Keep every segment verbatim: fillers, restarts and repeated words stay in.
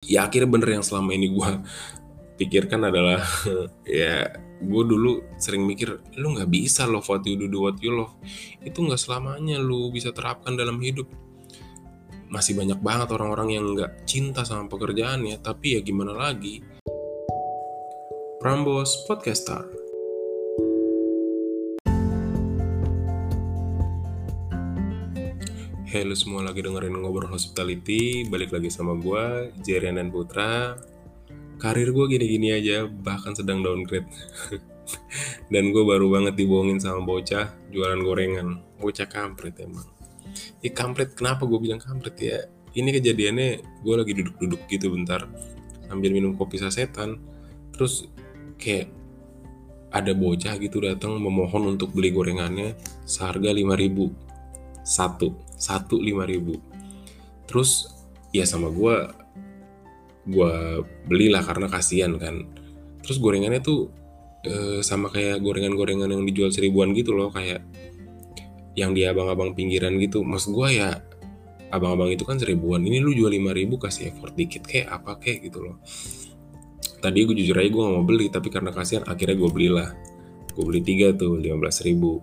Ya akhirnya bener yang selama ini gue pikirkan adalah ya gue dulu sering mikir, lu nggak bisa love what you do, do what you love. Itu nggak selamanya lu bisa terapkan dalam hidup. Masih banyak banget orang-orang yang nggak cinta sama pekerjaannya, tapi ya gimana lagi. Prambos Podcaster. Halo semua, lagi dengerin ngobrol hospitality. Balik lagi sama gue, Jerian dan Putra. Karir gue gini-gini aja, bahkan sedang downgrade. Dan gue baru banget dibohongin sama bocah jualan gorengan. Bocah kampret emang. Ya kampret, kenapa gue bilang kampret ya? Ini kejadiannya gue lagi duduk-duduk gitu bentar sambil minum kopi sasetan. Terus kayak ada bocah gitu datang memohon untuk beli gorengannya seharga lima ribu. Satu, satu lima ribu. Terus ya sama gue, gue belilah karena kasihan kan. Terus gorengannya tuh e, sama kayak gorengan-gorengan yang dijual seribuan gitu loh, kayak yang di abang-abang pinggiran gitu. Maksud gue ya, abang-abang itu kan seribuan, ini lu jual lima ribu, kasih effort dikit kayak apa kayak gitu loh. Tadi gue jujur aja gue gak mau beli, tapi karena kasihan akhirnya gue belilah. Gue beli tiga tuh, lima belas ribu.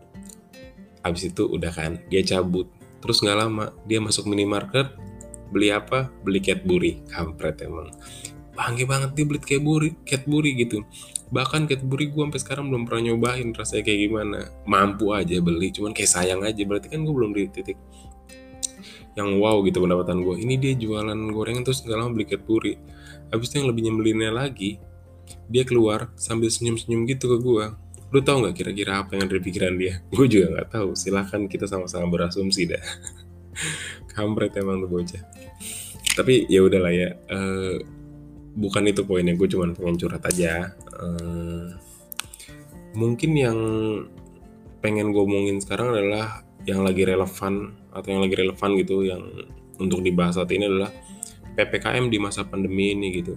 Abis itu udah kan, dia cabut. Terus gak lama, dia masuk minimarket. Beli apa? Beli Cadbury. Kampret emang. Bangke banget dia beli Cadbury, Cadbury gitu. Bahkan Cadbury gue sampai sekarang belum pernah nyobain rasanya kayak gimana. Mampu aja beli, cuman kayak sayang aja. Berarti kan gue belum di titik yang wow gitu pendapatan gue. Ini dia jualan gorengan terus gak lama beli Cadbury. Habis itu yang lebih nyebelinnya lagi, dia keluar sambil senyum-senyum gitu ke gue. Lu tau gak kira-kira apa yang ada di pikiran dia? Gue juga gak tahu. Silahkan kita sama-sama berasumsi dah. Kampret emang tuh bocah. Tapi ya udahlah ya. Uh, bukan itu poinnya. Gue cuma pengen curhat aja. Uh, mungkin yang pengen gue omongin sekarang adalah yang lagi relevan atau yang lagi relevan gitu, yang untuk dibahas saat ini adalah P P K M di masa pandemi ini gitu.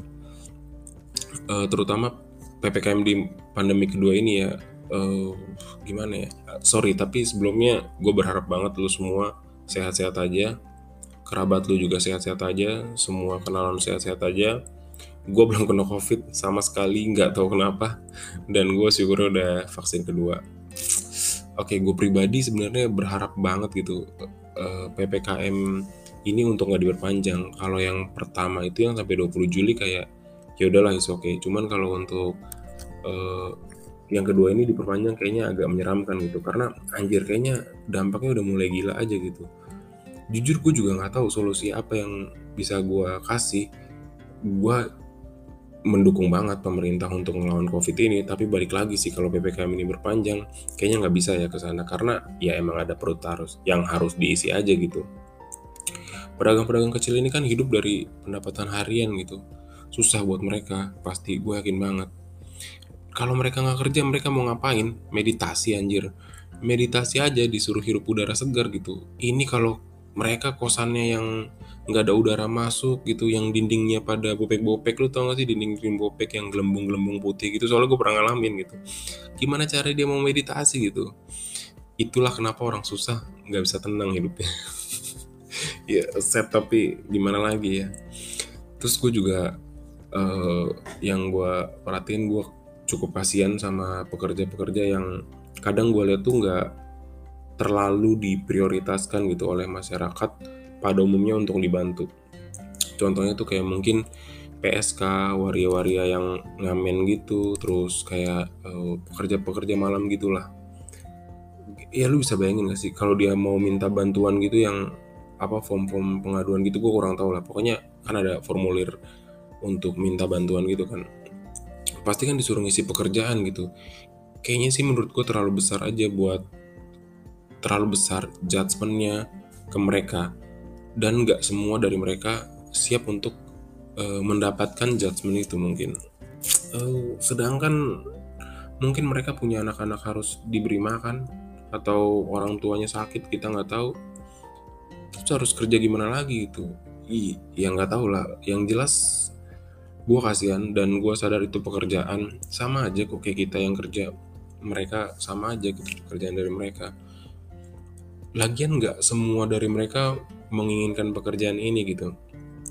Uh, terutama P P K M di pandemi kedua ini ya. Uh, gimana ya? Sorry, tapi sebelumnya gue berharap banget lu semua sehat-sehat aja, kerabat lu juga sehat-sehat aja, semua kenalan sehat-sehat aja. Gue belum kena covid sama sekali, nggak tahu kenapa, dan gue syukur udah vaksin kedua. Oke, gue pribadi sebenarnya berharap banget gitu uh, P P K M ini untuk nggak diperpanjang. Kalau yang pertama itu yang sampai dua puluh Juli kayak ya udahlah, is oke. Cuman kalau untuk uh, yang kedua ini diperpanjang kayaknya agak menyeramkan gitu, karena anjir kayaknya dampaknya udah mulai gila aja gitu. Jujur gue juga nggak tahu solusi apa yang bisa gue kasih. Gue mendukung banget pemerintah untuk melawan covid ini, tapi balik lagi sih, kalau P P K M ini berpanjang kayaknya nggak bisa ya ke sana, karena ya emang ada perut harus yang harus diisi aja gitu. Pedagang-pedagang kecil ini kan hidup dari pendapatan harian gitu, susah buat mereka pasti, gue yakin banget. Kalau mereka nggak kerja, mereka mau ngapain? Meditasi anjir. Meditasi aja disuruh hirup udara segar gitu. Ini kalau mereka kosannya yang nggak ada udara masuk gitu, yang dindingnya pada bopek-bopek, lu tau gak sih dinding-dinding bopek yang gelembung-gelembung putih gitu? Soalnya gue pernah ngalamin gitu. Gimana cara dia mau meditasi gitu? Itulah kenapa orang susah nggak bisa tenang hidupnya. Ya set, tapi gimana lagi ya. Terus gue juga uh, yang gue perhatiin, gue cukup kasihan sama pekerja-pekerja yang kadang gue lihat tuh nggak terlalu diprioritaskan gitu oleh masyarakat pada umumnya untuk dibantu. Contohnya tuh kayak mungkin P S K, waria-waria yang ngamen gitu, terus kayak uh, pekerja-pekerja malam gitulah. Ya lu bisa bayangin gak sih kalau dia mau minta bantuan gitu, yang apa form-form pengaduan gitu, gue kurang tahu lah. Pokoknya kan ada formulir untuk minta bantuan gitu kan. Pasti kan disuruh ngisi pekerjaan gitu. Kayaknya sih menurut gue terlalu besar aja buat terlalu besar judgementnya ke mereka, dan nggak semua dari mereka siap untuk uh, mendapatkan judgement itu mungkin. Uh, sedangkan mungkin mereka punya anak-anak harus diberi makan, atau orang tuanya sakit, kita nggak tahu. Terus harus kerja gimana lagi gitu? Ih, ya nggak tahu lah. Yang jelas gue kasihan, dan gue sadar itu pekerjaan sama aja kok kayak kita yang kerja. Mereka sama aja gitu pekerjaan dari mereka. Lagian nggak semua dari mereka menginginkan pekerjaan ini gitu.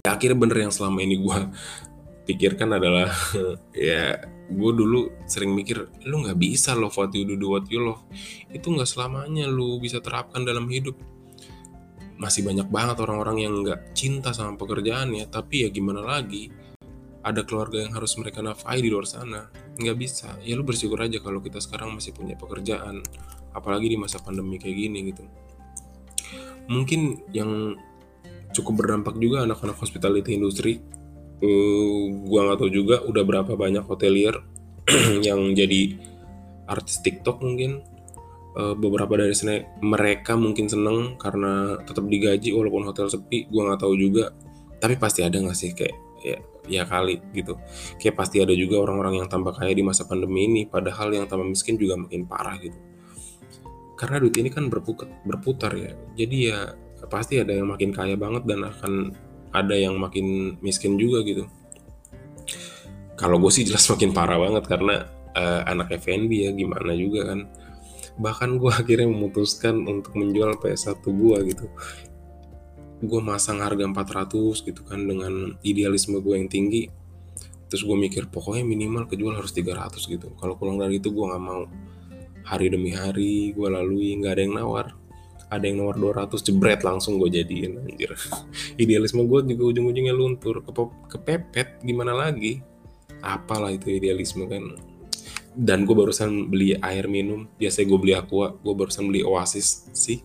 Ya, akhirnya bener yang selama ini gue pikirkan adalah ya gue dulu sering mikir lu nggak bisa love what you do, do what you love. Itu nggak selamanya lu bisa terapkan dalam hidup. Masih banyak banget orang-orang yang nggak cinta sama pekerjaannya, tapi ya gimana lagi, ada keluarga yang harus mereka nafkahi di luar sana. Nggak bisa, ya lu bersyukur aja kalau kita sekarang masih punya pekerjaan, apalagi di masa pandemi kayak gini gitu. Mungkin yang cukup berdampak juga anak-anak hospitality industry. uh, gua nggak tahu juga udah berapa banyak hotelier yang jadi artis TikTok mungkin. Uh, beberapa dari sana mereka mungkin seneng karena tetap digaji walaupun hotel sepi. Gua nggak tahu juga, tapi pasti ada nggak sih kayak ya, ya kali gitu, kayak pasti ada juga orang-orang yang tambah kaya di masa pandemi ini, padahal yang tambah miskin juga makin parah gitu. Karena duit ini kan berputar, berputar ya, jadi ya pasti ada yang makin kaya banget dan akan ada yang makin miskin juga gitu. Kalau gue sih jelas makin parah banget karena uh, anak F and B ya, gimana juga kan. Bahkan gue akhirnya memutuskan untuk menjual P S satu gue gitu. Gue masang harga empat ratus gitu kan dengan idealisme gue yang tinggi. Terus gue mikir pokoknya minimal kejual harus tiga ratus gitu. Kalau kurang dari itu gue gak mau. Hari demi hari gue lalui, gak ada yang nawar. Ada yang nawar dua ratus, jebret langsung gue jadiin, anjir. Idealisme gue juga ujung-ujungnya luntur, kepepet, gimana lagi. Apalah itu idealisme kan. Dan gue barusan beli air minum, biasanya gue beli Aqua, gue barusan beli Oasis sih.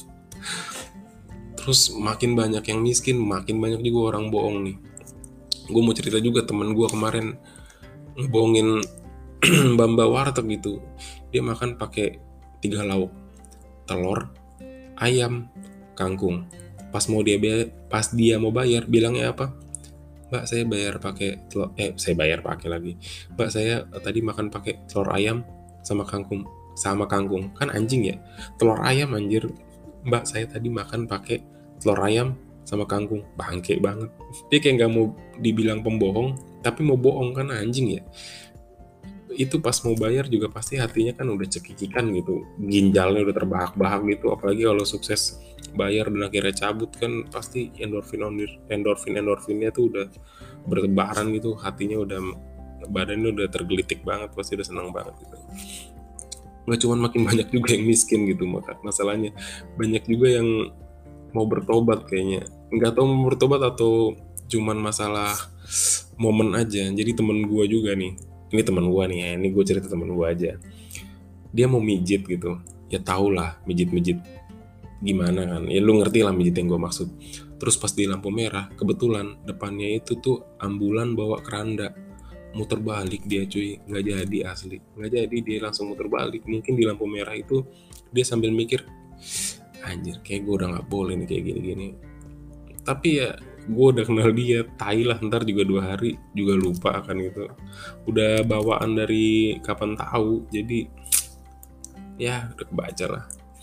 Terus makin banyak yang miskin, makin banyak juga orang bohong nih. Gue mau cerita juga, temen gue kemarin ngebohongin mbak-mbak warteg gitu. Dia makan pakai tiga lauk, telur, ayam, kangkung. Pas mau dia pas dia mau bayar, bilangnya apa? Mbak, saya bayar pakai telur, eh saya bayar pakai lagi. Mbak, saya tadi makan pakai telur ayam sama kangkung, sama kangkung. Kan anjing ya. Telur ayam anjir. Mbak, saya tadi makan pakai telur ayam sama kangkung. Bangke banget. Dia kayak nggak mau dibilang pembohong, tapi mau bohong, kan anjing ya. Itu pas mau bayar juga pasti hatinya kan udah cekikikan gitu, ginjalnya udah terbahak-bahak gitu, apalagi kalau sukses bayar dan akhirnya cabut kan pasti endorfin endorfin endorfinnya tuh udah bertebaran gitu, hatinya udah, badannya udah tergelitik banget, pasti udah senang banget gitu. Nggak cuma makin banyak juga yang miskin gitu, maka masalahnya banyak juga yang mau bertobat kayaknya, nggak tahu mau bertobat atau cuman masalah momen aja. Jadi temen gue juga nih, ini teman gue nih ya, ini gue cerita teman gue aja. Dia mau mijit gitu, ya tau lah mijit-mijit gimana kan, ya lu ngerti lah mijit yang gue maksud. Terus pas di lampu merah, kebetulan depannya itu tuh ambulan bawa keranda, muter balik dia cuy, nggak jadi asli, nggak jadi, dia langsung muter balik. Mungkin di lampu merah itu dia sambil mikir, anjir kayak gue udah nggak boleh nih kayak gini-gini. Tapi ya gue udah kenal dia, tai lah, ntar juga dua hari juga lupa akan gitu, udah bawaan dari kapan tahu, jadi ya udah kebaca lah.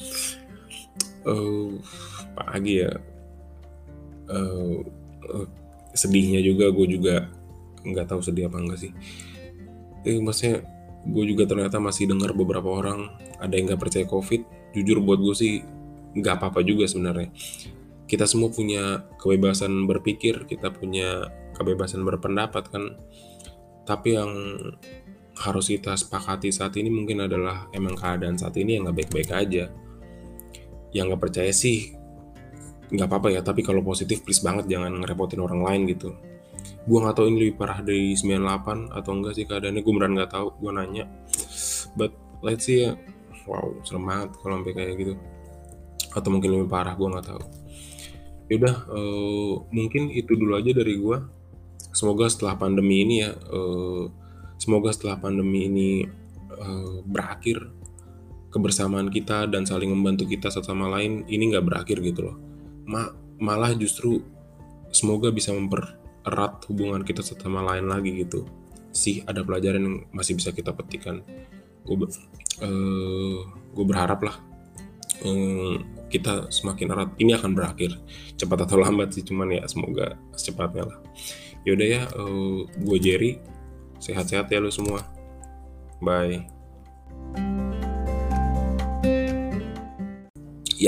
Uh, pagi ya, uh, uh, sedihnya juga gue juga nggak tahu sedih apa enggak sih. Eh, maksudnya gue juga ternyata masih dengar beberapa orang ada yang nggak percaya COVID. Jujur buat gue sih nggak apa-apa juga sebenarnya. Kita semua punya kebebasan berpikir, kita punya kebebasan berpendapat kan. Tapi yang harus kita sepakati saat ini mungkin adalah emang keadaan saat ini yang nggak baik-baik aja. Yang nggak percaya sih nggak apa-apa ya, tapi kalau positif please banget jangan ngerepotin orang lain gitu. Gue nggak tahu ini lebih parah dari sembilan puluh delapan atau enggak sih keadaannya, gue beneran nggak tahu, gue nanya. But let's see ya, wow serem banget kalau sampai kayak gitu. Atau mungkin lebih parah, gue nggak tahu. Yaudah, uh, mungkin itu dulu aja dari gue. Semoga setelah pandemi ini ya, uh, semoga setelah pandemi ini uh, berakhir, kebersamaan kita dan saling membantu kita satu sama lain ini nggak berakhir gitu loh. Ma- malah justru semoga bisa mempererat hubungan kita satu sama lain lagi gitu. Sih ada pelajaran yang masih bisa kita petikkan. Gue uh, gue berharap lah um, kita semakin erat. Ini akan berakhir cepat atau lambat sih, cuman ya semoga secepatnya lah. Yaudah ya, uh, gue Jerry, sehat-sehat ya lu semua, bye.